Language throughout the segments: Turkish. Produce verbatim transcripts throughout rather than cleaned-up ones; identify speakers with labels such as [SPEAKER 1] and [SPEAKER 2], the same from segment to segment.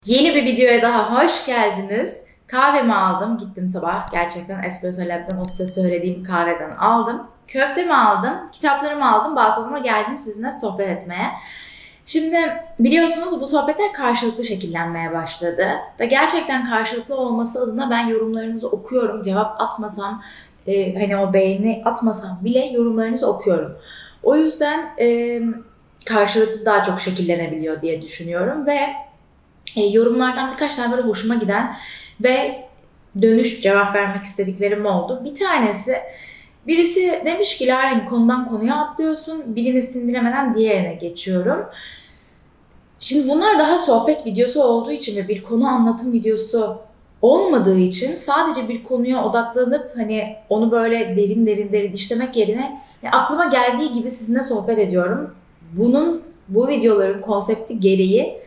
[SPEAKER 1] Yeni bir videoya daha hoş geldiniz. Kahvemi aldım. Gittim sabah. Gerçekten Espresso Lab'den o size söylediğim kahveden aldım. Köftemi aldım. Kitaplarımı aldım. Balkonuma geldim sizinle sohbet etmeye. Şimdi biliyorsunuz bu sohbetler karşılıklı şekillenmeye başladı. Ve gerçekten karşılıklı olması adına ben yorumlarınızı okuyorum. Cevap atmasam, e, hani o beğeni atmasam bile yorumlarınızı okuyorum. O yüzden e, karşılıklı daha çok şekillenebiliyor diye düşünüyorum ve e, yorumlardan birkaç tane böyle hoşuma giden ve dönüş cevap vermek istediklerim oldu. Bir tanesi, birisi demiş ki Lara konudan konuya atlıyorsun, birini sindiremeden diğerine geçiyorum. Şimdi bunlar daha sohbet videosu olduğu için ve bir konu anlatım videosu olmadığı için sadece bir konuya odaklanıp hani onu böyle derin derin derin işlemek yerine yani aklıma geldiği gibi sizinle sohbet ediyorum. Bunun, bu videoların konsepti gereği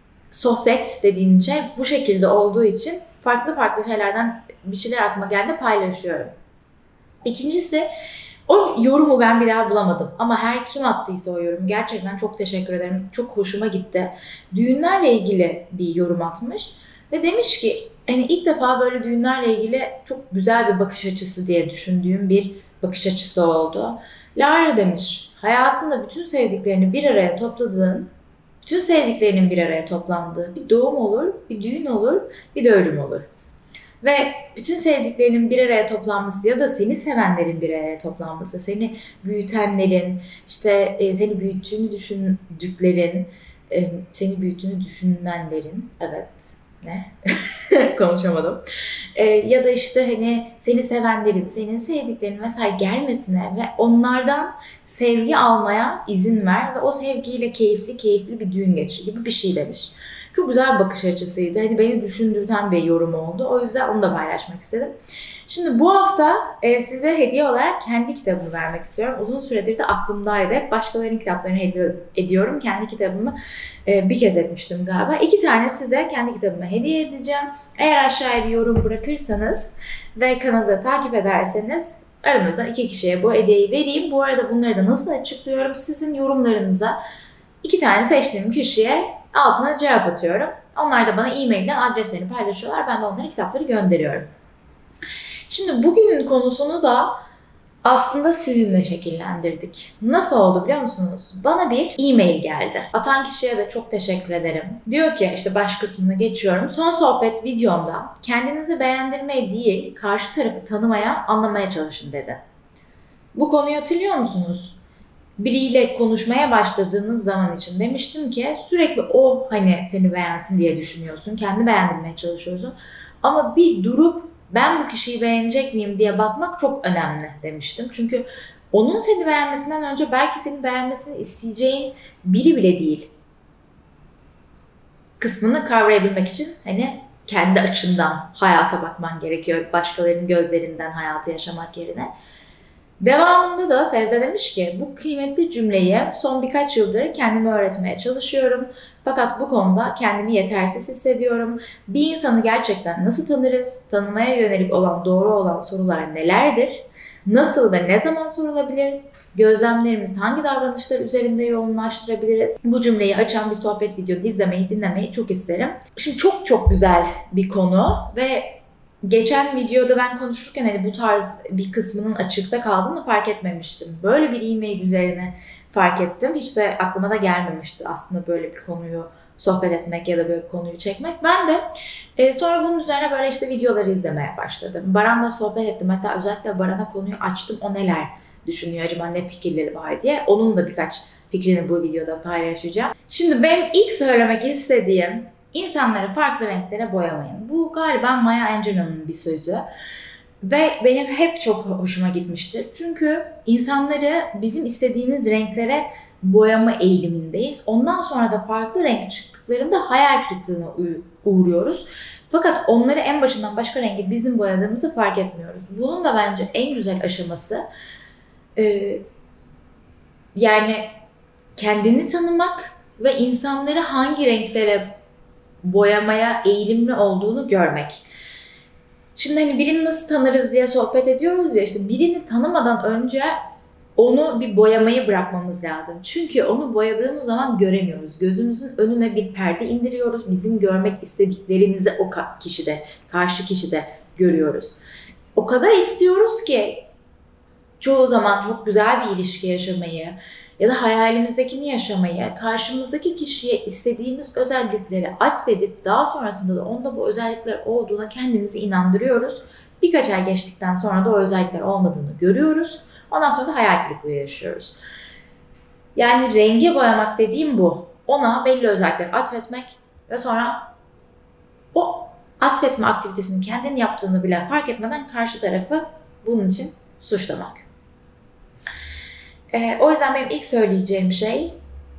[SPEAKER 1] sohbet dediğin şey bu şekilde olduğu için farklı farklı şeylerden bir şeyler aklıma geldi paylaşıyorum. İkincisi, o yorumu ben bir daha bulamadım ama her kim attıysa o yorumu gerçekten çok teşekkür ederim. Çok hoşuma gitti. Düğünlerle ilgili bir yorum atmış ve demiş ki hani ilk defa böyle düğünlerle ilgili çok güzel bir bakış açısı diye düşündüğüm bir bakış açısı oldu. Lara demiş, hayatında bütün sevdiklerini bir araya topladığın, bütün sevdiklerinin bir araya toplandığı bir doğum olur, bir düğün olur, bir de ölüm olur. Ve bütün sevdiklerinin bir araya toplanması ya da seni sevenlerin bir araya toplanması, seni büyütenlerin, işte e, seni büyüttüğünü düşündüklerin, e, seni büyüttüğünü düşünenlerin, evet, ne? Konuşamadım. E, ya da işte hani seni sevenlerin, senin sevdiklerin vesaire gelmesine ve onlardan sevgi almaya izin ver ve o sevgiyle keyifli keyifli bir düğün geçir gibi bir şey demiş. Çok güzel bir bakış açısıydı. Hani beni düşündürten bir yorum oldu. O yüzden onu da paylaşmak istedim. Şimdi bu hafta e, size hediye olarak kendi kitabımı vermek istiyorum. Uzun süredir de aklımdaydı. Hep başkalarının kitaplarını hediye ediyorum. Kendi kitabımı e, bir kez etmiştim galiba. İki tane size kendi kitabımı hediye edeceğim. Eğer aşağıya bir yorum bırakırsanız ve kanalı takip ederseniz aranızdan iki kişiye bu hediyeyi vereyim. Bu arada bunları da nasıl açıklıyorum? Sizin yorumlarınıza iki tane seçtiğim kişiye altına cevap atıyorum. Onlar da bana e-mailden adreslerini paylaşıyorlar. Ben de onlara kitapları gönderiyorum. Şimdi bugünün konusunu da aslında sizinle şekillendirdik. Nasıl oldu biliyor musunuz? Bana bir e-mail geldi. Atan kişiye de çok teşekkür ederim. Diyor ki işte baş kısmını geçiyorum. Son sohbet videomda kendinizi beğendirmeye değil, karşı tarafı tanımaya, anlamaya çalışın dedi. Bu konuyu hatırlıyor musunuz? Biriyle konuşmaya başladığınız zaman için demiştim ki sürekli o hani seni beğensin diye düşünüyorsun. Kendi beğendirmeye çalışıyorsun. Ama bir durup ben bu kişiyi beğenecek miyim diye bakmak çok önemli demiştim. Çünkü onun seni beğenmesinden önce belki seni beğenmesini isteyeceğin biri bile değil. Kısmını kavrayabilmek için hani kendi açından hayata bakman gerekiyor. Başkalarının gözlerinden hayatı yaşamak yerine. Devamında da Sevda demiş ki bu kıymetli cümleyi son birkaç yıldır kendime öğretmeye çalışıyorum. Fakat bu konuda kendimi yetersiz hissediyorum. Bir insanı gerçekten nasıl tanırız? Tanımaya yönelik olan doğru olan sorular nelerdir? Nasıl ve ne zaman sorulabilir? Gözlemlerimiz hangi davranışlar üzerinde yoğunlaştırabiliriz? Bu cümleyi açan bir sohbet videonu izlemeyi, dinlemeyi çok isterim. Şimdi çok çok güzel bir konu ve geçen videoda ben konuşurken hani bu tarz bir kısmının açıkta kaldığını fark etmemiştim. Böyle bir e-mail üzerine fark ettim. Hiç de aklıma da gelmemişti aslında böyle bir konuyu sohbet etmek ya da böyle bir konuyu çekmek. Ben de e, sonra bunun üzerine böyle işte videoları izlemeye başladım. Baran'la sohbet ettim. Hatta özellikle Baran'a konuyu açtım. O neler düşünüyor acaba, ne fikirleri var diye. Onun da birkaç fikrini bu videoda paylaşacağım. Şimdi benim ilk söylemek istediğim İnsanları farklı renklere boyamayın. Bu galiba Maya Angelou'nun bir sözü. Ve benim hep çok hoşuma gitmiştir. Çünkü insanları bizim istediğimiz renklere boyama eğilimindeyiz. Ondan sonra da farklı renk çıktıklarında hayal kırıklığına uğruyoruz. Fakat onları en başından başka rengi bizim boyadığımızı fark etmiyoruz. Bunun da bence en güzel aşaması e, yani kendini tanımak ve insanları hangi renklere boyamaya eğilimli olduğunu görmek. Şimdi hani birini nasıl tanırız diye sohbet ediyoruz ya, işte birini tanımadan önce onu bir boyamayı bırakmamız lazım. Çünkü onu boyadığımız zaman göremiyoruz. Gözümüzün önüne bir perde indiriyoruz. Bizim görmek istediklerimizi o kişide, karşı kişide görüyoruz. O kadar istiyoruz ki çoğu zaman çok güzel bir ilişki yaşamayı ya da hayalimizdekini yaşamayı, karşımızdaki kişiye istediğimiz özellikleri atfedip daha sonrasında da onda bu özellikler olduğuna kendimizi inandırıyoruz. Birkaç ay geçtikten sonra da o özellikler olmadığını görüyoruz. Ondan sonra da hayal kırıklığı yaşıyoruz. Yani renge boyamak dediğim bu. Ona belli özellikleri atfetmek ve sonra o atfetme aktivitesini kendin yaptığını bile fark etmeden karşı tarafı bunun için suçlamak. Ee, o yüzden benim ilk söyleyeceğim şey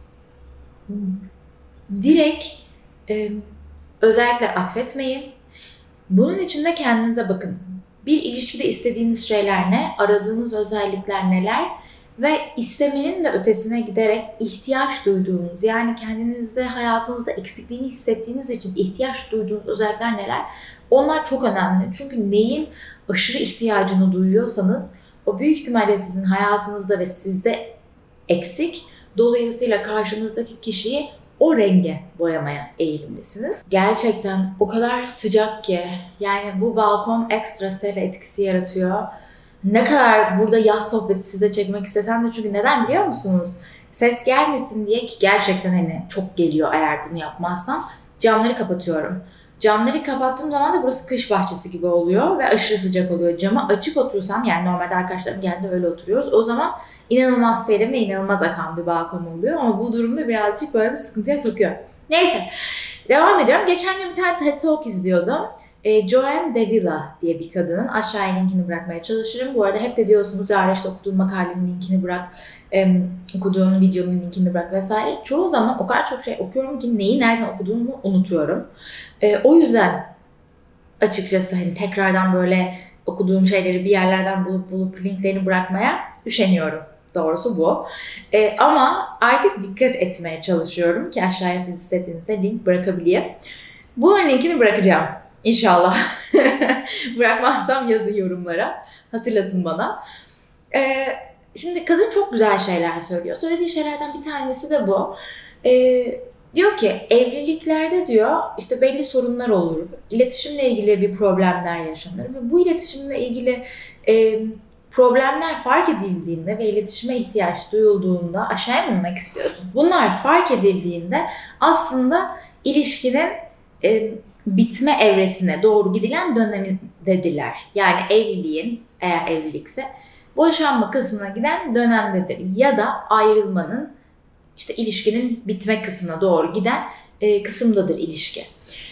[SPEAKER 1] direkt e, özellikler atfetmeyin. Bunun için de kendinize bakın. Bir ilişkide istediğiniz şeyler ne? Aradığınız özellikler neler? Ve istemenin de ötesine giderek ihtiyaç duyduğunuz, yani kendinizde, hayatınızda eksikliğini hissettiğiniz için ihtiyaç duyduğunuz özellikler neler? Onlar çok önemli. Çünkü neyin aşırı ihtiyacını duyuyorsanız o büyük ihtimalle sizin hayatınızda ve sizde eksik. Dolayısıyla karşınızdaki kişiyi o renge boyamaya eğilimlisiniz. Gerçekten o kadar sıcak ki, yani bu balkon ekstra sera etkisi yaratıyor. Ne kadar burada yaz sohbeti size çekmek istesem de, çünkü neden biliyor musunuz? Ses gelmesin diye, ki gerçekten hani çok geliyor eğer bunu yapmazsam, camları kapatıyorum. Camları kapattığım zaman da burası kış bahçesi gibi oluyor ve aşırı sıcak oluyor. Camı açıp otursam, yani normalde arkadaşlarım geldi öyle oturuyoruz, o zaman inanılmaz serin ve inanılmaz akan bir balkon oluyor. Ama bu durumda birazcık böyle bir sıkıntıya sokuyor. Neyse, devam ediyorum. Geçen gün bir tane TED Talk izliyordum. E, Joanne Davila diye bir kadının, aşağıya linkini bırakmaya çalışırım. Bu arada hep de diyorsunuz ya, işte okuduğun makalenin linkini bırak, e, okuduğun videonun linkini bırak vesaire. Çoğu zaman o kadar çok şey okuyorum ki neyi nereden okuduğumu unutuyorum. E, o yüzden açıkçası hani tekrardan böyle okuduğum şeyleri bir yerlerden bulup bulup linklerini bırakmaya üşeniyorum. Doğrusu bu. E, ama artık dikkat etmeye çalışıyorum ki aşağıya siz istediğinizde link bırakabileyim. Bunun linkini bırakacağım. İnşallah. Bırakmazsam yazın yorumlara. Hatırlatın bana. Ee, şimdi kadın çok güzel şeyler söylüyor. Söylediği şeylerden bir tanesi de bu. Ee, diyor ki evliliklerde diyor işte belli sorunlar olur. İletişimle ilgili bir problemler yaşanır. Ve bu iletişimle ilgili e, problemler fark edildiğinde ve iletişime ihtiyaç duyulduğunda aşağıya mı inmek istiyorsun? Bunlar fark edildiğinde aslında ilişkinin e, bitme evresine doğru gidilen dönemindedirler. Yani evliliğin, eğer evlilikse, boşanma kısmına giden dönemdedir. Ya da ayrılmanın, işte ilişkinin bitme kısmına doğru giden e, kısımdadır ilişki.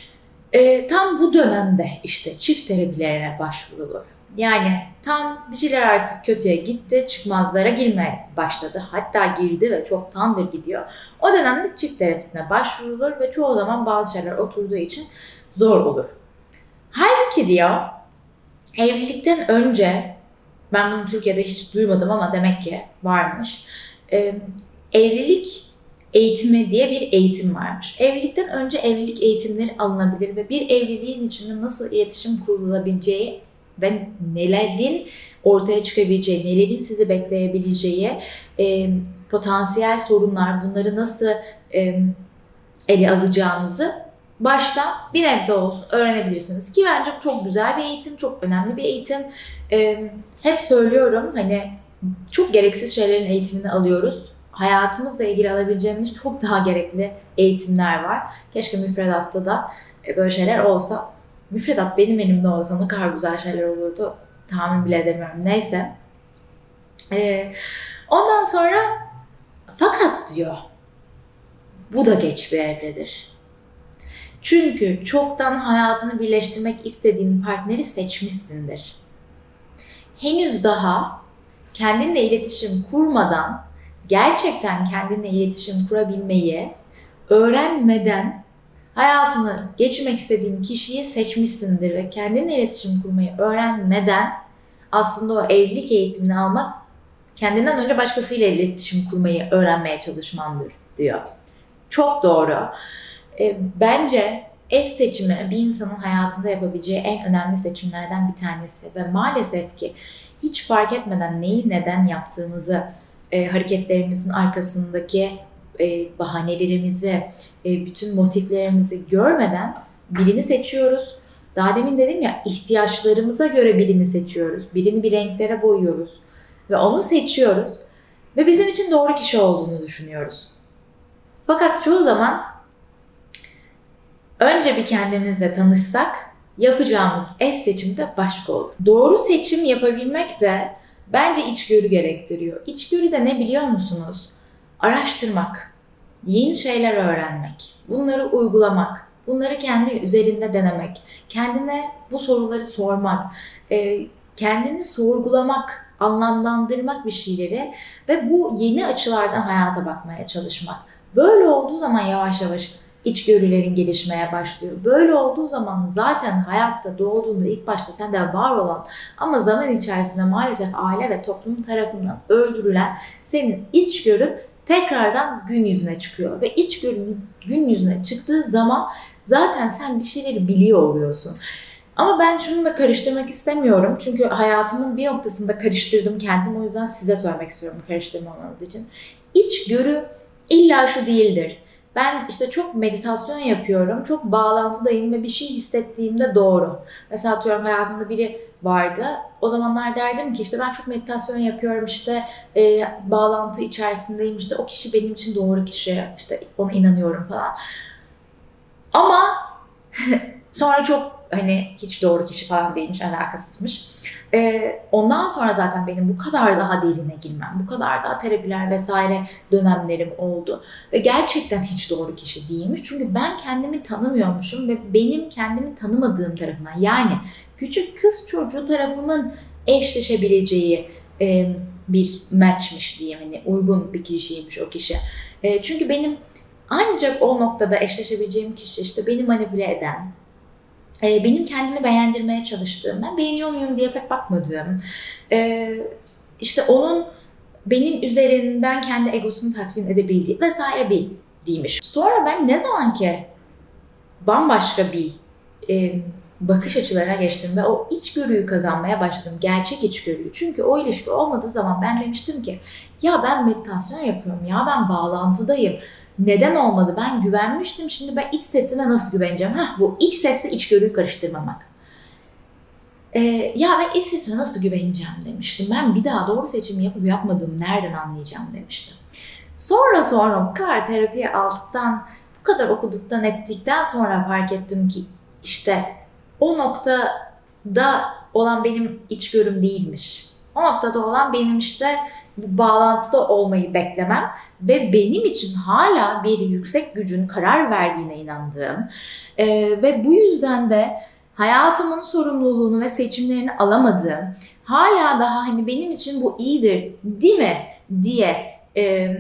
[SPEAKER 1] E, tam bu dönemde işte çift terapilerine başvurulur. Yani tam bir şeyler artık kötüye gitti, çıkmazlara girmeye başladı. Hatta girdi ve çoktandır gidiyor. O dönemde çift terapisine başvurulur ve çoğu zaman bazı şeyler oturduğu için zor olur. Halbuki diyor, evlilikten önce, ben bunu Türkiye'de hiç duymadım ama demek ki varmış, e, evlilik eğitimi diye bir eğitim varmış. Evlilikten önce evlilik eğitimleri alınabilir ve bir evliliğin içinde nasıl iletişim kurulabileceği ve nelerin ortaya çıkabileceği, nelerin sizi bekleyebileceği, e, potansiyel sorunlar, bunları nasıl e, ele alacağınızı başta bir nebze olsun öğrenebilirsiniz. Ki bence çok güzel bir eğitim, çok önemli bir eğitim. E, hep söylüyorum, hani çok gereksiz şeylerin eğitimini alıyoruz. Hayatımızla ilgili alabileceğimiz çok daha gerekli eğitimler var. Keşke müfredatta da böyle şeyler olsa. Müfredat benim elimde olsa ne kadar güzel şeyler olurdu, tahmin bile edemiyorum. Neyse. Ee, ondan sonra fakat diyor, bu da geç bir evredir. Çünkü çoktan hayatını birleştirmek istediğin partneri seçmişsindir. Henüz daha kendinle iletişim kurmadan, gerçekten kendinle iletişim kurabilmeyi öğrenmeden hayatını geçirmek istediğin kişiyi seçmişsindir ve kendinle iletişim kurmayı öğrenmeden aslında o evlilik eğitimini almak, kendinden önce başkasıyla iletişim kurmayı öğrenmeye çalışmandır diyor. Çok doğru. E, bence eş seçimi bir insanın hayatında yapabileceği en önemli seçimlerden bir tanesi ve maalesef ki hiç fark etmeden neyi neden yaptığımızı, e, hareketlerimizin arkasındaki e, bahanelerimizi, e, bütün motiflerimizi görmeden birini seçiyoruz. Daha demin dedim ya, ihtiyaçlarımıza göre birini seçiyoruz. Birini bir renklere boyuyoruz ve onu seçiyoruz ve bizim için doğru kişi olduğunu düşünüyoruz. Fakat çoğu zaman önce bir kendimizle tanışsak yapacağımız eş seçim de başka olur. Doğru seçim yapabilmek de bence içgörü gerektiriyor. İçgörü de ne biliyor musunuz? Araştırmak, yeni şeyler öğrenmek, bunları uygulamak, bunları kendi üzerinde denemek, kendine bu soruları sormak, kendini sorgulamak, anlamlandırmak bir şeyleri ve bu yeni açılardan hayata bakmaya çalışmak. Böyle olduğu zaman yavaş yavaş içgörülerin gelişmeye başlıyor. Böyle olduğu zaman zaten hayatta doğduğunda ilk başta sende var olan ama zaman içerisinde maalesef aile ve toplum tarafından öldürülen senin içgörün tekrardan gün yüzüne çıkıyor. Ve içgörün gün yüzüne çıktığı zaman zaten sen bir şeyleri biliyor oluyorsun. Ama ben şunu da karıştırmak istemiyorum. Çünkü hayatımın bir noktasında karıştırdım kendim. O yüzden size söylemek istiyorum karıştırmamanız için. İçgörü illa şu değildir. Ben işte çok meditasyon yapıyorum, çok bağlantıdayım ve bir şey hissettiğimde doğru. Mesela atıyorum hayatımda biri vardı. O zamanlar derdim ki işte ben çok meditasyon yapıyorum, işte e, bağlantı içerisindeyim, işte o kişi benim için doğru kişi, işte ona inanıyorum falan. Ama sonra çok hani hiç doğru kişi falan değilmiş, alakasızmış. Ee, ondan sonra zaten benim bu kadar daha derine girmem, bu kadar daha terapiler vesaire dönemlerim oldu. Ve gerçekten hiç doğru kişi değilmiş. Çünkü ben kendimi tanımıyormuşum ve benim kendimi tanımadığım tarafından, yani küçük kız çocuğu tarafımın eşleşebileceği e, bir matchmiş diyeyim. Hani uygun bir kişiymiş o kişi. E, çünkü benim ancak o noktada eşleşebileceğim kişi işte beni manipüle eden, benim kendimi beğendirmeye çalıştığım, ben beğeniyor muyum diye pek bakmadığım, işte onun benim üzerinden kendi egosunu tatmin edebildiği vesaire biriymiş. Sonra ben ne zaman ki bambaşka bir bakış açılarına geçtim ve o içgörüyü kazanmaya başladım, gerçek içgörüyü. Çünkü o ilişki olmadığı zaman ben demiştim ki ya ben meditasyon yapıyorum, ya ben bağlantıdayım. Neden olmadı? Ben güvenmiştim. Şimdi ben iç sesime nasıl güveneceğim? Hah, bu iç sesle içgörüyü karıştırmamak. Ee, ya ben iç sesime nasıl güveneceğim demiştim. Ben bir daha doğru seçim yapıp yapmadığımı nereden anlayacağım demiştim. Sonra sonra bu kadar terapiye aldıktan, bu kadar okuduktan ettikten sonra fark ettim ki işte o noktada olan benim içgörüm değilmiş. O noktada olan benim işte bu bağlantıda olmayı beklemem ve benim için hala bir yüksek gücün karar verdiğine inandığım e, ve bu yüzden de hayatımın sorumluluğunu ve seçimlerini alamadığım, hala daha hani benim için bu iyidir değil mi diye e,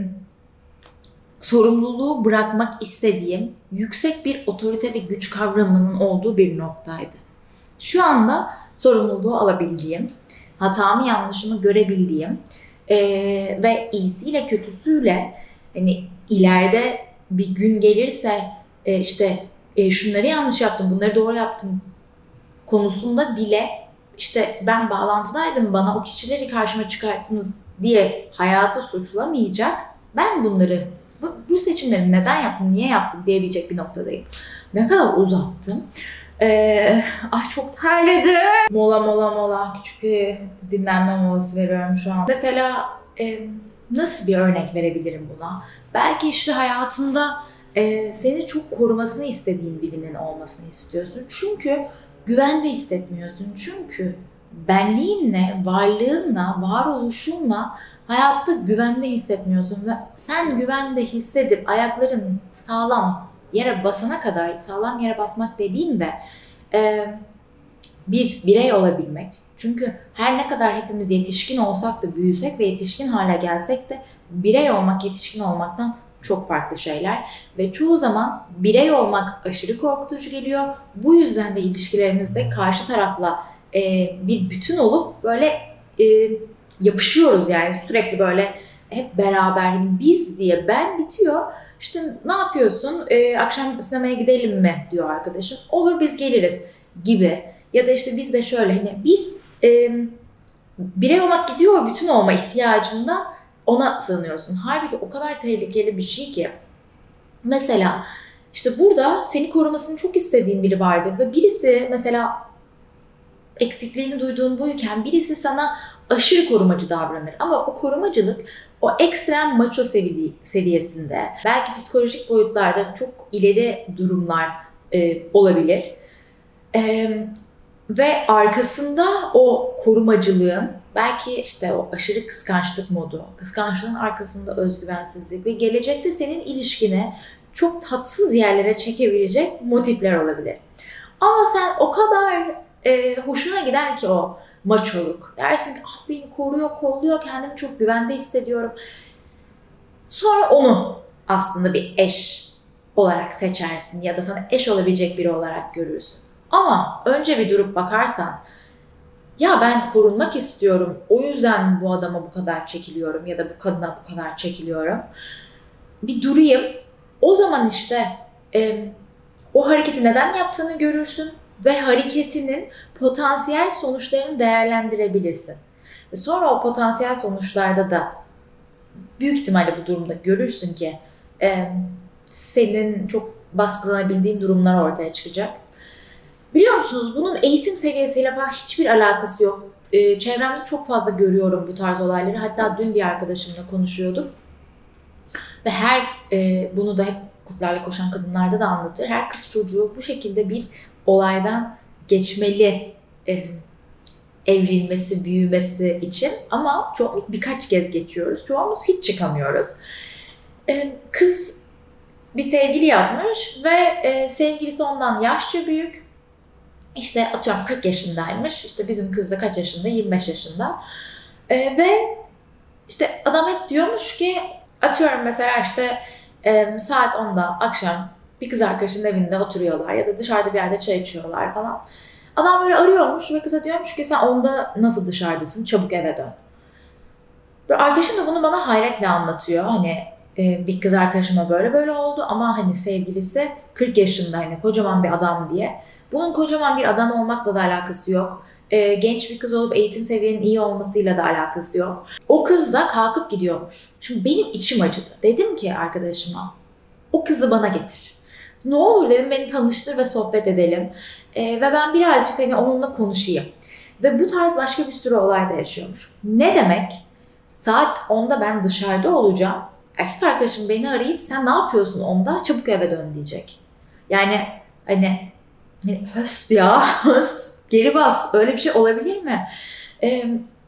[SPEAKER 1] sorumluluğu bırakmak istediğim yüksek bir otorite ve güç kavramının olduğu bir noktaydı. Şu anda sorumluluğu alabildiğim, hatamı yanlışımı görebildiğim e, ve iyisiyle kötüsüyle hani ileride bir gün gelirse e, işte e, şunları yanlış yaptım, bunları doğru yaptım konusunda bile işte ben bağlantıdaydım, bana o kişileri karşıma çıkarttınız diye hayatı suçlamayacak. Ben bunları, bu, bu seçimleri neden yaptım, niye yaptım diyebilecek bir noktadayım. Ne kadar uzattım. Ee, ah çok terledim. Mola mola mola. Küçük bir dinlenme molası veriyorum şu an. Mesela e, nasıl bir örnek verebilirim buna? Belki işte hayatında e, seni çok korumasını istediğin birinin olmasını istiyorsun. Çünkü güvende hissetmiyorsun. Çünkü benliğinle, varlığınla, varoluşunla hayatta güvende hissetmiyorsun. Ve sen güvende hissedip ayakların sağlam yere basana kadar, sağlam yere basmak dediğimde e, bir birey olabilmek. Çünkü her ne kadar hepimiz yetişkin olsak da, büyüsek ve yetişkin hale gelsek de birey olmak yetişkin olmaktan çok farklı şeyler. Ve çoğu zaman birey olmak aşırı korkutucu geliyor. Bu yüzden de ilişkilerimizde karşı tarafla e, bir bütün olup böyle e, yapışıyoruz, yani sürekli böyle hep beraber, yani biz diye ben bitiyor. İşte ne yapıyorsun? Ee, akşam sinemaya gidelim mi diyor arkadaşım. Olur biz geliriz gibi. Ya da işte biz de şöyle hani bir e, birey olmak gidiyor, bütün olma ihtiyacından ona sığınıyorsun. Halbuki o kadar tehlikeli bir şey ki. Mesela işte burada seni korumasını çok istediğin biri vardır ve birisi mesela eksikliğini duyduğun buyken birisi sana aşırı korumacı davranır. Ama o korumacılık o ekstrem macho sevi- seviyesinde, belki psikolojik boyutlarda çok ileri durumlar e, olabilir. E, ve arkasında o korumacılığın, belki işte o aşırı kıskançlık modu, kıskançlığın arkasında özgüvensizlik ve gelecekte senin ilişkini çok tatsız yerlere çekebilecek motifler olabilir. Ama sen o kadar e, hoşuna gider ki o maçoluk. Dersin ki ah beni koruyor, kolluyor, kendimi çok güvende hissediyorum. Sonra onu aslında bir eş olarak seçersin ya da sana eş olabilecek biri olarak görürsün. Ama önce bir durup bakarsan, ya ben korunmak istiyorum, o yüzden bu adama bu kadar çekiliyorum ya da bu kadına bu kadar çekiliyorum. Bir durayım, o zaman işte e, o hareketi neden yaptığını görürsün ve hareketinin potansiyel sonuçlarını değerlendirebilirsin. Ve sonra o potansiyel sonuçlarda da büyük ihtimalle bu durumda görürsün ki e, senin çok baskılanabildiğin durumlar ortaya çıkacak. Biliyor musunuz, bunun eğitim seviyesiyle falan hiçbir alakası yok. E, çevremde çok fazla görüyorum bu tarz olayları. Hatta dün bir arkadaşımla konuşuyorduk. Ve her e, bunu da hep kurtlarla koşan kadınlarda da anlatır. Her kız çocuğu bu şekilde bir olaydan geçmeli, e, evrilmesi, büyümesi için. Ama çoğumuz birkaç kez geçiyoruz. Çoğumuz hiç çıkamıyoruz. E, kız bir sevgili yapmış ve e, sevgilisi ondan yaşça büyük. İşte atıyorum kırk yaşındaymış. İşte bizim kız da kaç yaşında? yirmi beş yaşında. E, ve işte adam hep diyormuş ki, atıyorum mesela işte e, saat onda akşam bir kız arkadaşının evinde oturuyorlar ya da dışarıda bir yerde çay içiyorlar falan. Adam böyle arıyormuş ve kıza diyormuş ki sen onda nasıl dışarıdasın, çabuk eve dön. Ve arkadaşım da bunu bana hayretle anlatıyor. Hani e, bir kız arkadaşıma böyle böyle oldu ama hani sevgilisi kırk yaşında, hani kocaman bir adam diye. Bunun kocaman bir adam olmakla da alakası yok. E, genç bir kız olup eğitim seviyenin iyi olmasıyla da alakası yok. O kız da kalkıp gidiyormuş. Şimdi benim içim acıdı. Dedim ki arkadaşıma, o kızı bana getir. Ne olur dedim, beni tanıştır ve sohbet edelim. E, ve ben birazcık hani onunla konuşayım. Ve bu tarz başka bir sürü olay da yaşıyormuş. Ne demek? Saat onda ben dışarıda olacağım. Erkek arkadaşım beni arayıp sen ne yapıyorsun onda? Çabuk eve dön diyecek. Yani hani, hani höst ya, höst. Geri bas. Öyle bir şey olabilir mi? Ee,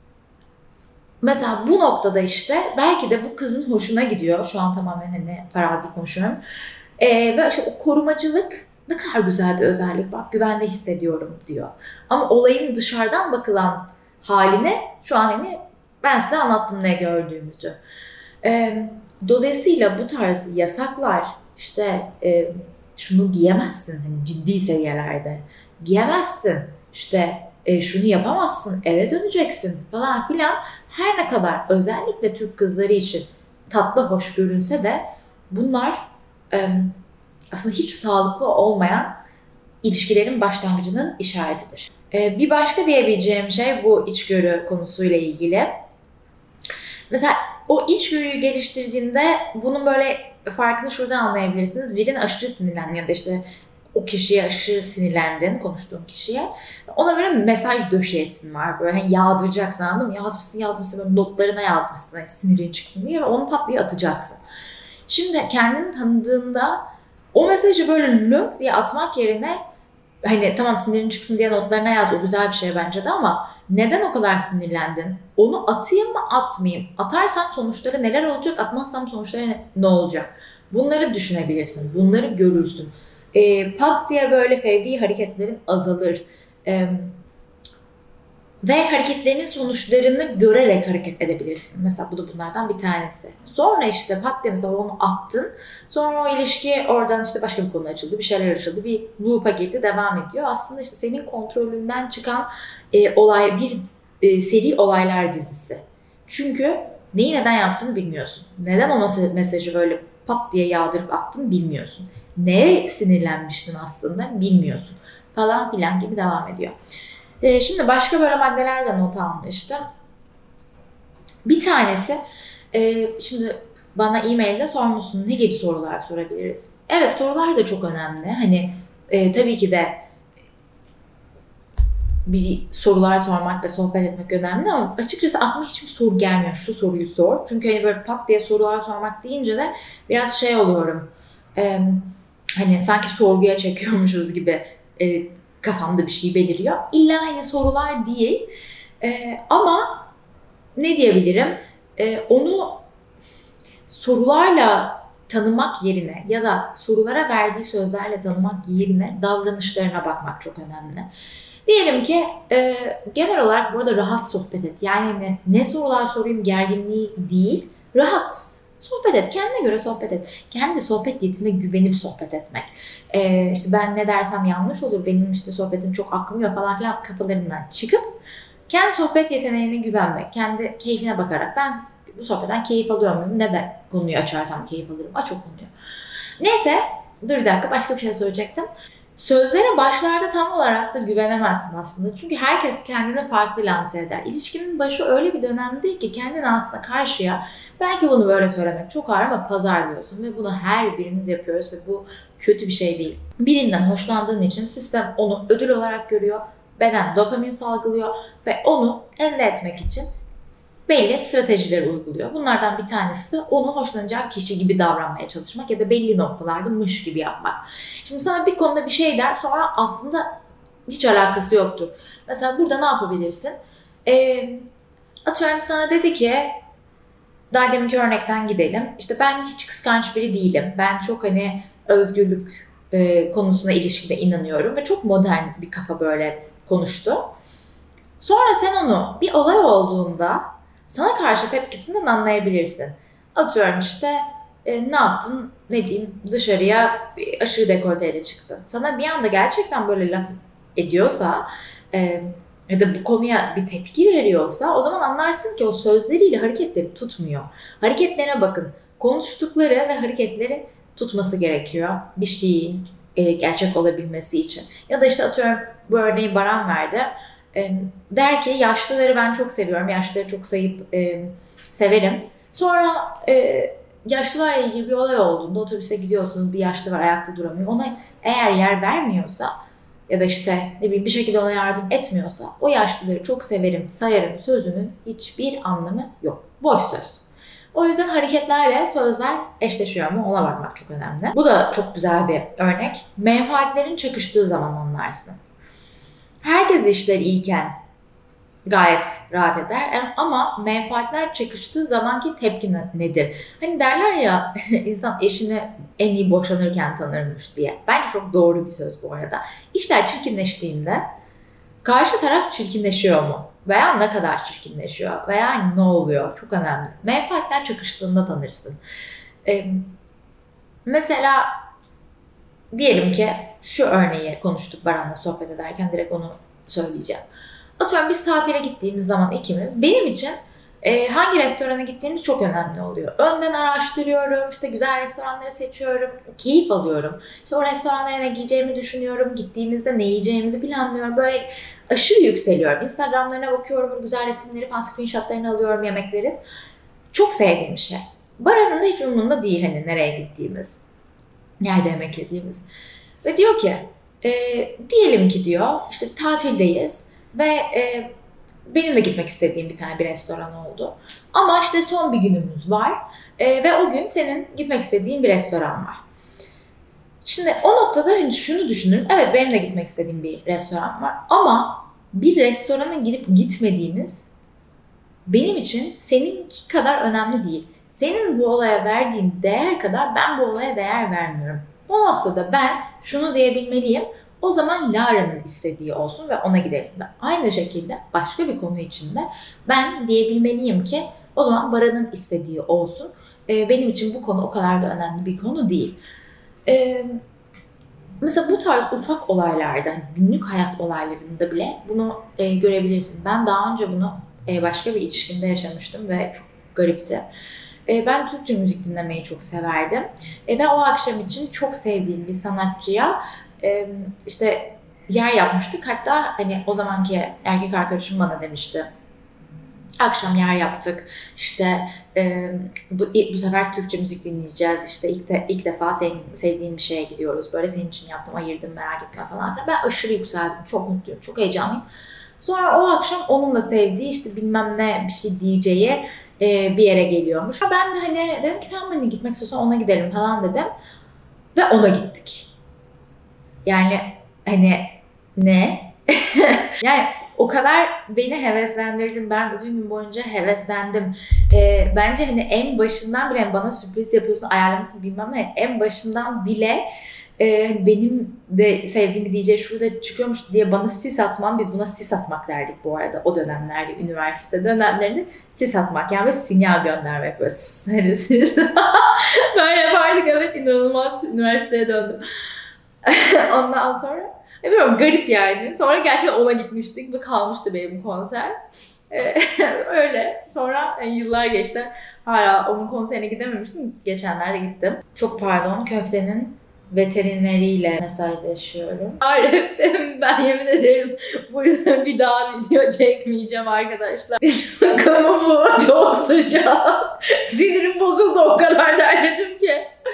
[SPEAKER 1] mesela bu noktada işte belki de bu kızın hoşuna gidiyor. Şu an tamamen hani farazi konuşuyorum. Ee, ve işte o korumacılık ne kadar güzel bir özellik. Bak güvende hissediyorum diyor. Ama olayın dışarıdan bakılan haline şu an hani ben size anlattım ne gördüğümüzü. Ee, dolayısıyla bu tarz yasaklar işte e, şunu giyemezsin hani ciddi seviyelerde. Giyemezsin. İşte e, şunu yapamazsın, eve döneceksin falan filan. Her ne kadar özellikle Türk kızları için tatlı hoş görünse de bunlar e, aslında hiç sağlıklı olmayan ilişkilerin başlangıcının işaretidir. E, bir başka diyebileceğim şey bu içgörü konusuyla ilgili. Mesela o içgörüyü geliştirdiğinde bunun böyle farkını şuradan anlayabilirsiniz. Birine aşırı sinirlendin ya da işte o kişiye aşırı sinirlendin, konuştuğun kişiye. Ona böyle mesaj döşeyesin var. Böyle hani yağdıracaksın, anladın mı? Yazmışsın yazmışsın, böyle notlarına yazmışsın hani sinirin çıksın diye ve onu pat diye atacaksın. Şimdi kendini tanıdığında o mesajı böyle lönk diye atmak yerine hani tamam sinirin çıksın diye notlarına yaz, o güzel bir şey bence de, ama neden o kadar sinirlendin? Onu atayım mı atmayayım? Atarsam sonuçları neler olacak? Atmazsam sonuçları ne, ne olacak? Bunları düşünebilirsin. Bunları görürsün. E, pat diye böyle fevri hareketlerin azalır. E, ve hareketlerinin sonuçlarını görerek hareket edebilirsin. Mesela bu da bunlardan bir tanesi. Sonra işte pat diye mesela onu attın. Sonra o ilişki oradan işte başka bir konu açıldı. Bir şeyler açıldı. Bir loop'a girdi. Devam ediyor. Aslında işte senin kontrolünden çıkan e, olay bir e, seri olaylar dizisi. Çünkü neyi neden yaptığını bilmiyorsun. Neden o mesajı böyle pat diye yağdırıp attın bilmiyorsun. Neye sinirlenmiştin aslında bilmiyorsun. Falan filan gibi devam ediyor. Ee, şimdi başka böyle maddeler de not almıştım. Bir tanesi, e, şimdi bana e-mailde sormuşsun ne gibi sorular sorabiliriz? Evet, sorular da çok önemli. Hani e, tabii ki de bir sorular sormak ve sohbet etmek önemli ama açıkçası aklıma hiçbir soru gelmiyor. Şu soruyu sor. Çünkü hani böyle pat diye sorular sormak deyince de biraz şey oluyorum. E, hani sanki sorguya çekiyormuşuz gibi e, kafamda bir şey beliriyor. İlla hani sorular değil. E, ama ne diyebilirim? E, onu sorularla tanımak yerine ya da sorulara verdiği sözlerle tanımak yerine davranışlarına bakmak çok önemli. Diyelim ki e, genel olarak burada rahat sohbet et. Yani ne, ne sorular sorayım gerginliği değil, rahat sohbet et. Kendine göre sohbet et. Kendi sohbet niyetine güvenip sohbet etmek. E, işte ben ne dersem yanlış olur, benim işte sohbetim çok akmıyor falan filan kafalarından çıkıp kendi sohbet yeteneğine güvenmek, kendi keyfine bakarak ben bu sohbetten keyif alıyor muyum? Ne de konuyu açarsam keyif alırım. Aç o konuyu. Neyse, dur bir dakika başka bir şey söyleyecektim. Sözlere başlarda tam olarak da güvenemezsin aslında. Çünkü herkes kendini farklı lanse eder. İlişkinin başı öyle bir dönemde değil ki kendini aslında karşıya belki bunu böyle söylemek çok ağır ama pazarlıyorsun ve bunu her birimiz yapıyoruz ve bu kötü bir şey değil. Birinden hoşlandığın için sistem onu ödül olarak görüyor. Beden dopamin salgılıyor ve onu elde etmek için belli stratejileri uyguluyor. Bunlardan bir tanesi de onu hoşlanacak kişi gibi davranmaya çalışmak ya da belli noktalarda mış gibi yapmak. Şimdi sana bir konuda bir şey der, sonra aslında hiç alakası yoktur. Mesela burada ne yapabilirsin? Ee, atıyorum sana dedi ki, daha deminki örnekten gidelim. İşte ben hiç kıskanç biri değilim. Ben çok hani özgürlük e, konusuna ilişkide inanıyorum ve çok modern bir kafa böyle konuştu. Sonra sen onu bir olay olduğunda sana karşı tepkisinden anlayabilirsin. Atıyorum işte e, ne yaptın, ne bileyim dışarıya aşırı dekolteyle çıktın. Sana bir anda gerçekten böyle laf ediyorsa e, ya da bu konuya bir tepki veriyorsa o zaman anlarsın ki o sözleriyle hareketleri tutmuyor. Hareketlerine bakın. Konuştukları ve hareketleri tutması gerekiyor bir şeyin e, gerçek olabilmesi için. Ya da işte atıyorum bu örneği Baran verdi. E, der ki yaşlıları ben çok seviyorum, yaşlıları çok sayıp e, severim. Sonra e, yaşlılarla ilgili bir olay olduğunda otobüse gidiyorsunuz, bir yaşlı var ayakta duramıyor. Ona eğer yer vermiyorsa ya da işte ne bileyim bir şekilde ona yardım etmiyorsa o yaşlıları çok severim, sayarım sözünün hiçbir anlamı yok. Boş söz. O yüzden hareketlerle sözler eşleşiyor mu ona bakmak çok önemli. Bu da çok güzel bir örnek. Menfaatlerin çakıştığı zaman anlarsın. Herkes işler iyiken gayet rahat eder ama menfaatler çakıştığı zamanki tepki nedir? Hani derler ya insan eşini en iyi boşanırken tanırmış diye. Bence çok doğru bir söz bu arada. İşler çirkinleştiğinde karşı taraf çirkinleşiyor mu? Veya ne kadar çirkinleşiyor? Veya ne oluyor? Çok önemli. Menfaatler çakıştığında tanırsın. Ee, mesela diyelim ki şu örneği konuştuk Baran'la sohbet ederken direkt onu söyleyeceğim. Atıyorum biz tatile gittiğimiz zaman ikimiz benim için e, hangi restorana gittiğimiz çok önemli oluyor. Önden araştırıyorum, işte güzel restoranları seçiyorum, keyif alıyorum. İşte o restoranlara ne giyeceğimi düşünüyorum, gittiğimizde ne yiyeceğimizi planlıyorum. Böyle aşırı yükseliyorum. Instagramlarına bakıyorum, güzel resimleri falan screenshotlarını alıyorum yemeklerin. Çok sevdiğim bir şey. Baran'ın da hiç umurunda değil hani nereye gittiğimiz, nerede yemek yediğimiz. Ve diyor ki, e, diyelim ki diyor işte tatildeyiz ve e, benim de gitmek istediğim bir tane bir restoran oldu. Ama işte son bir günümüz var e, ve o gün senin gitmek istediğin bir restoran var. Şimdi o noktada hani şunu düşünürüm, evet benim de gitmek istediğim bir restoran var ama bir restorana gidip gitmediğimiz benim için seninki kadar önemli değil. Senin bu olaya verdiğin değer kadar ben bu olaya değer vermiyorum. O noktada ben şunu diyebilmeliyim, o zaman Lara'nın istediği olsun ve ona gidelim. Ben aynı şekilde başka bir konu içinde ben diyebilmeliyim ki o zaman Baran'ın istediği olsun. Ee, benim için bu konu o kadar da önemli bir konu değil. Ee, mesela bu tarz ufak olaylarda, günlük hayat olaylarında bile bunu e, görebilirsin. Ben daha önce bunu e, başka bir ilişkimde yaşamıştım ve çok garipti. Ben Türkçe müzik dinlemeyi çok severdim. Ve o akşam için çok sevdiğim bir sanatçıya işte yer yapmıştık. Hatta hani o zamanki erkek arkadaşım bana demişti. Akşam yer yaptık. İşte e, bu, bu sefer Türkçe müzik dinleyeceğiz. İşte ilk, de, ilk defa senin, sevdiğim bir şeye gidiyoruz. Böyle senin için yaptım, ayırdım, merak etme falan filan. Ben aşırı yükseldim. Çok mutluyum, çok heyecanlıyım. Sonra o akşam onun da sevdiği işte bilmem ne bir şey diyeceği e, bir yere geliyormuş. Ben de hani dedim ki tamam hani gitmek istiyorsan ona gidelim falan dedim. Ve ona gittik. Yani hani ne? Yani o kadar beni heveslendirdin. Ben bütün gün boyunca heveslendim. Ee, bence hani en başından bile yani bana sürpriz yapıyorsun, ayarlamışsın bilmem ne. En başından bile e, benim de sevdiğim bir D J şurada çıkıyormuş diye bana sis atmam. Biz buna sis atmak derdik bu arada. O dönemlerde, üniversite dönemlerinde sis atmak. Yani böyle sinyal göndermek böyle. Hani siz. Böyle yapardık, evet, inanılmaz üniversiteye döndüm. Ondan sonra ne bileyim garip yani. Sonra gerçekten ona gitmiştik ve kalmıştı benim konser. Öyle. Sonra yani yıllar geçti. Hala onun konserine gidememiştim. Geçenlerde gittim. Çok pardon, köftenin veterineriyle mesajlaşıyorum. Ben yemin ederim bu yüzden bir daha video çekmeyeceğim arkadaşlar. Bakımı bu. Çok sıcak. Sinirim bozuldu, o kadar derledim ki.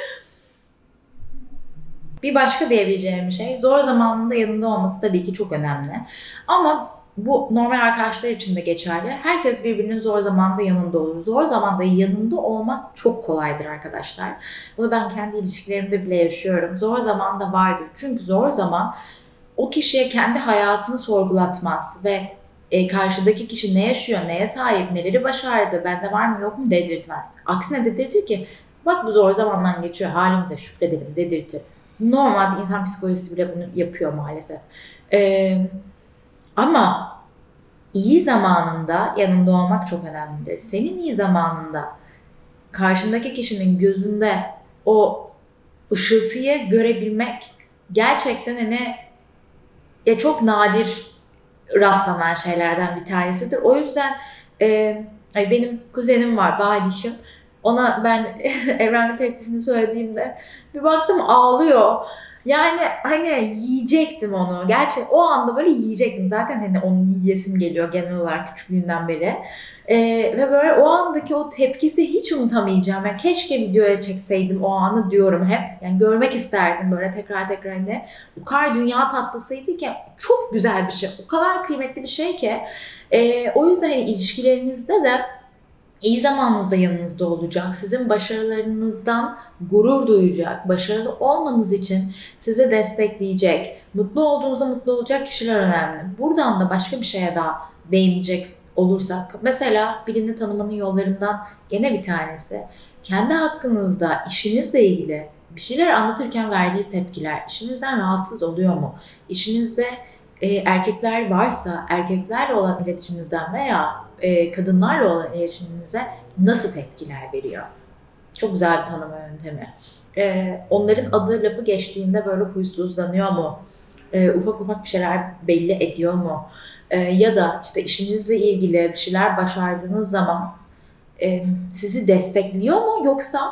[SPEAKER 1] Bir başka diyebileceğim şey, zor zamanında yanında olması tabii ki çok önemli. Ama bu normal arkadaşlar için de geçerli. Herkes birbirinin zor zamanında yanında olur. Zor zamanda yanında olmak çok kolaydır arkadaşlar. Bunu ben kendi ilişkilerimde bile yaşıyorum. Zor zamanda vardır. Çünkü zor zaman o kişiye kendi hayatını sorgulatmaz ve e, karşıdaki kişi ne yaşıyor, neye sahip, neleri başardı, bende var mı yok mu dedirtmez. Aksine dedirtir ki bak bu zor zamandan geçiyor, halimize şükredelim dedirtir. Normal bir insan psikolojisi bile bunu yapıyor maalesef. Ee, ama iyi zamanında yanında olmak çok önemlidir. Senin iyi zamanında karşındaki kişinin gözünde o ışıltıyı görebilmek gerçekten hani ya çok nadir rastlanan şeylerden bir tanesidir. O yüzden e, benim kuzenim var, Badişim. Ona ben evlenme teklifini söylediğimde bir baktım ağlıyor. Yani hani yiyecektim onu. Gerçi o anda böyle yiyecektim. Zaten hani onu yiyesim geliyor genel olarak küçüklüğünden beri. Ee, ve böyle o andaki o tepkisi hiç unutamayacağım. Yani keşke videoya çekseydim o anı diyorum hep. Yani görmek isterdim böyle tekrar tekrar hani. O kadar dünya tatlısıydı ki çok güzel bir şey. O kadar kıymetli bir şey ki. Ee, o yüzden hani ilişkilerinizde de İyi zamanınızda yanınızda olacak, sizin başarılarınızdan gurur duyacak, başarılı olmanız için sizi destekleyecek, mutlu olduğunuzda mutlu olacak kişiler önemli. Buradan da başka bir şeye daha değinecek olursak, mesela birini tanımanın yollarından gene bir tanesi, kendi hakkınızda, işinizle ilgili bir şeyler anlatırken verdiği tepkiler, işinizden rahatsız oluyor mu? İşinizde e, erkekler varsa, erkeklerle olan iletişiminizden veya E, kadınlarla olan iletişiminize nasıl tepkiler veriyor? Çok güzel bir tanıma yöntemi. E, onların adı lafı geçtiğinde böyle huysuzlanıyor mu? E, ufak ufak bir şeyler belli ediyor mu? E, ya da işte işinizle ilgili bir şeyler başardığınız zaman e, sizi destekliyor mu? Yoksa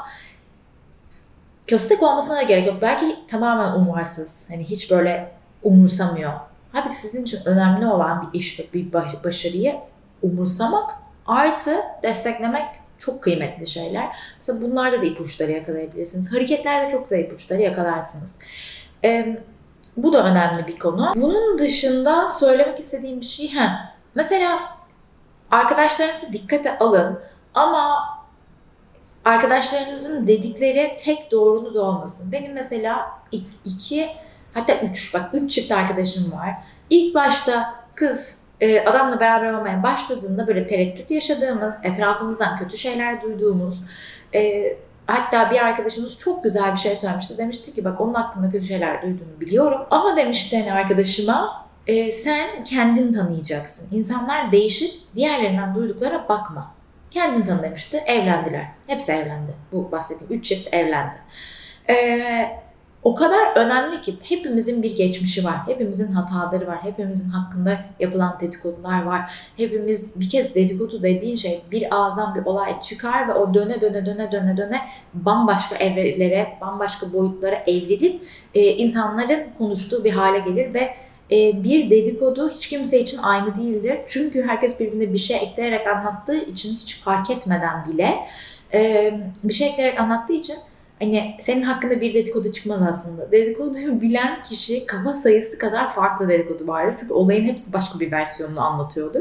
[SPEAKER 1] köstek olmasına da gerek yok. Belki tamamen umarsız. Hani hiç böyle umursamıyor. Halbuki sizin için önemli olan bir iş ve bir başarıyı umursamak artı desteklemek çok kıymetli şeyler. Mesela bunlarda da ipuçları yakalayabilirsiniz. Hareketlerde çok güzel ipuçları yakalarsınız. Ee, bu da önemli bir konu. Bunun dışında söylemek istediğim bir şey, he. Mesela arkadaşlarınızı dikkate alın ama arkadaşlarınızın dedikleri tek doğrunuz olmasın. Benim mesela iki, hatta üç, bak üç çift arkadaşım var. İlk başta kız adamla beraber olmaya başladığında böyle tereddüt yaşadığımız, etrafımızdan kötü şeyler duyduğumuz, e, hatta bir arkadaşımız çok güzel bir şey söylemişti. Demişti ki bak onun hakkında kötü şeyler duyduğunu biliyorum. Ama demişti hani arkadaşıma e, sen kendin tanıyacaksın. İnsanlar değişir, diğerlerinden duyduklara bakma. Kendin tanı demişti. Evlendiler. Hepsi evlendi. Bu bahsettiğim üç çift evlendi. Eee O kadar önemli ki hepimizin bir geçmişi var. Hepimizin hataları var. Hepimizin hakkında yapılan dedikodular var. Hepimiz bir kez dedikodu dediğin şey bir ağızdan bir olay çıkar ve o döne döne döne döne döne bambaşka evrelere, bambaşka boyutlara evrilip e, insanların konuştuğu bir hale gelir ve e, bir dedikodu hiç kimse için aynı değildir. Çünkü herkes birbirine bir şey ekleyerek anlattığı için hiç fark etmeden bile e, bir şey ekleyerek anlattığı için hani senin hakkında bir dedikodu çıkmaz aslında. Dedikoduyu bilen kişi kafa sayısı kadar farklı dedikodu vardır. Çünkü olayın hepsi başka bir versiyonunu anlatıyordur.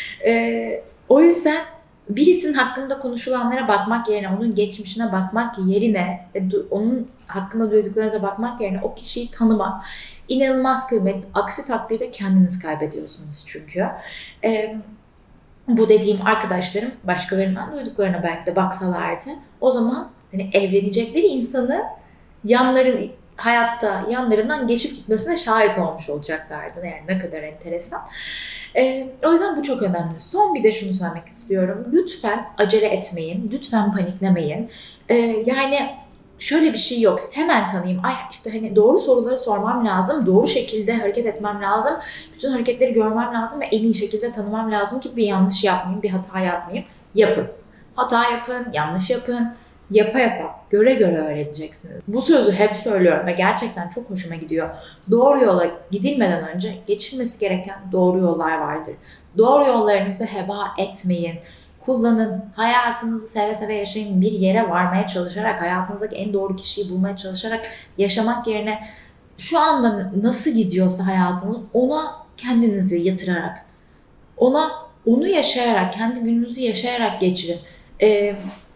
[SPEAKER 1] E, o yüzden birisinin hakkında konuşulanlara bakmak yerine, onun geçmişine bakmak yerine, onun hakkında duyduklarına da bakmak yerine o kişiyi tanımak inanılmaz kıymetli. Aksi takdirde kendiniz kaybediyorsunuz çünkü. Ee, bu dediğim arkadaşlarım başkalarından duyduklarına belki de baksalardı, o zaman hani evlenecekleri insanı yanların hayatta yanlarından geçip gitmesine şahit olmuş olacaklardı. Yani ne kadar enteresan. Ee, o yüzden bu çok önemli. Son bir de şunu söylemek istiyorum. Lütfen acele etmeyin. Lütfen paniklemeyin. Ee, yani şöyle bir şey yok. Hemen tanıyayım. Ay işte hani doğru soruları sormam lazım. Doğru şekilde hareket etmem lazım. Bütün hareketleri görmem lazım ve en iyi şekilde tanımam lazım ki bir yanlış yapmayayım, bir hata yapmayayım. Yapın. Hata yapın, yanlış yapın. Yapa yapa, göre göre öğreneceksiniz. Bu sözü hep söylüyorum ve gerçekten çok hoşuma gidiyor. Doğru yola gidilmeden önce geçilmesi gereken doğru yollar vardır. Doğru yollarınızı heba etmeyin. Kullanın, hayatınızı seve seve yaşayın. Bir yere varmaya çalışarak, hayatınızdaki en doğru kişiyi bulmaya çalışarak yaşamak yerine şu anda nasıl gidiyorsa hayatınız ona kendinizi yatırarak, ona onu yaşayarak, kendi gününüzü yaşayarak geçirin. Ee,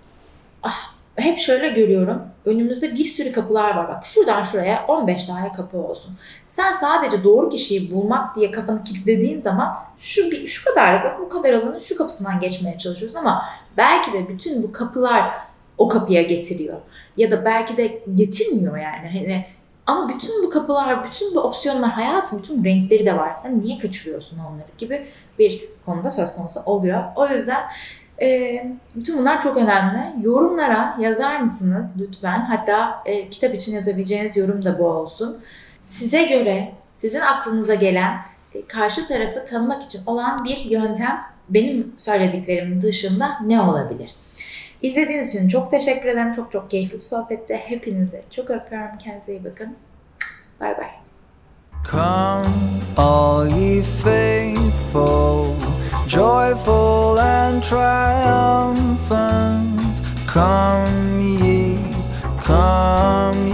[SPEAKER 1] ah, Hep şöyle görüyorum. Önümüzde bir sürü kapılar var. Bak şuradan şuraya on beş tane kapı olsun. Sen sadece doğru kişiyi bulmak diye kafanı kilitlediğin zaman şu bir, şu kadarlık, bu kadar alanın şu kapısından geçmeye çalışıyorsun ama belki de bütün bu kapılar o kapıya getiriyor. Ya da belki de getirmiyor yani. Hani ama bütün bu kapılar, bütün bu opsiyonlar, hayatın bütün renkleri de var. Sen niye kaçırıyorsun onları gibi bir konuda söz konusu oluyor. O yüzden E, bütün bunlar çok önemli. Yorumlara yazar mısınız lütfen? Hatta e, kitap için yazabileceğiniz yorum da bu olsun. Size göre, sizin aklınıza gelen, e, karşı tarafı tanımak için olan bir yöntem benim söylediklerimin dışında ne olabilir? İzlediğiniz için çok teşekkür ederim. Çok çok keyifli bir sohbette. Hepinizi çok öpüyorum. Kendinize iyi bakın. Bay bay.
[SPEAKER 2] Come, all ye faithful, joyful and triumphant. Come ye, come ye.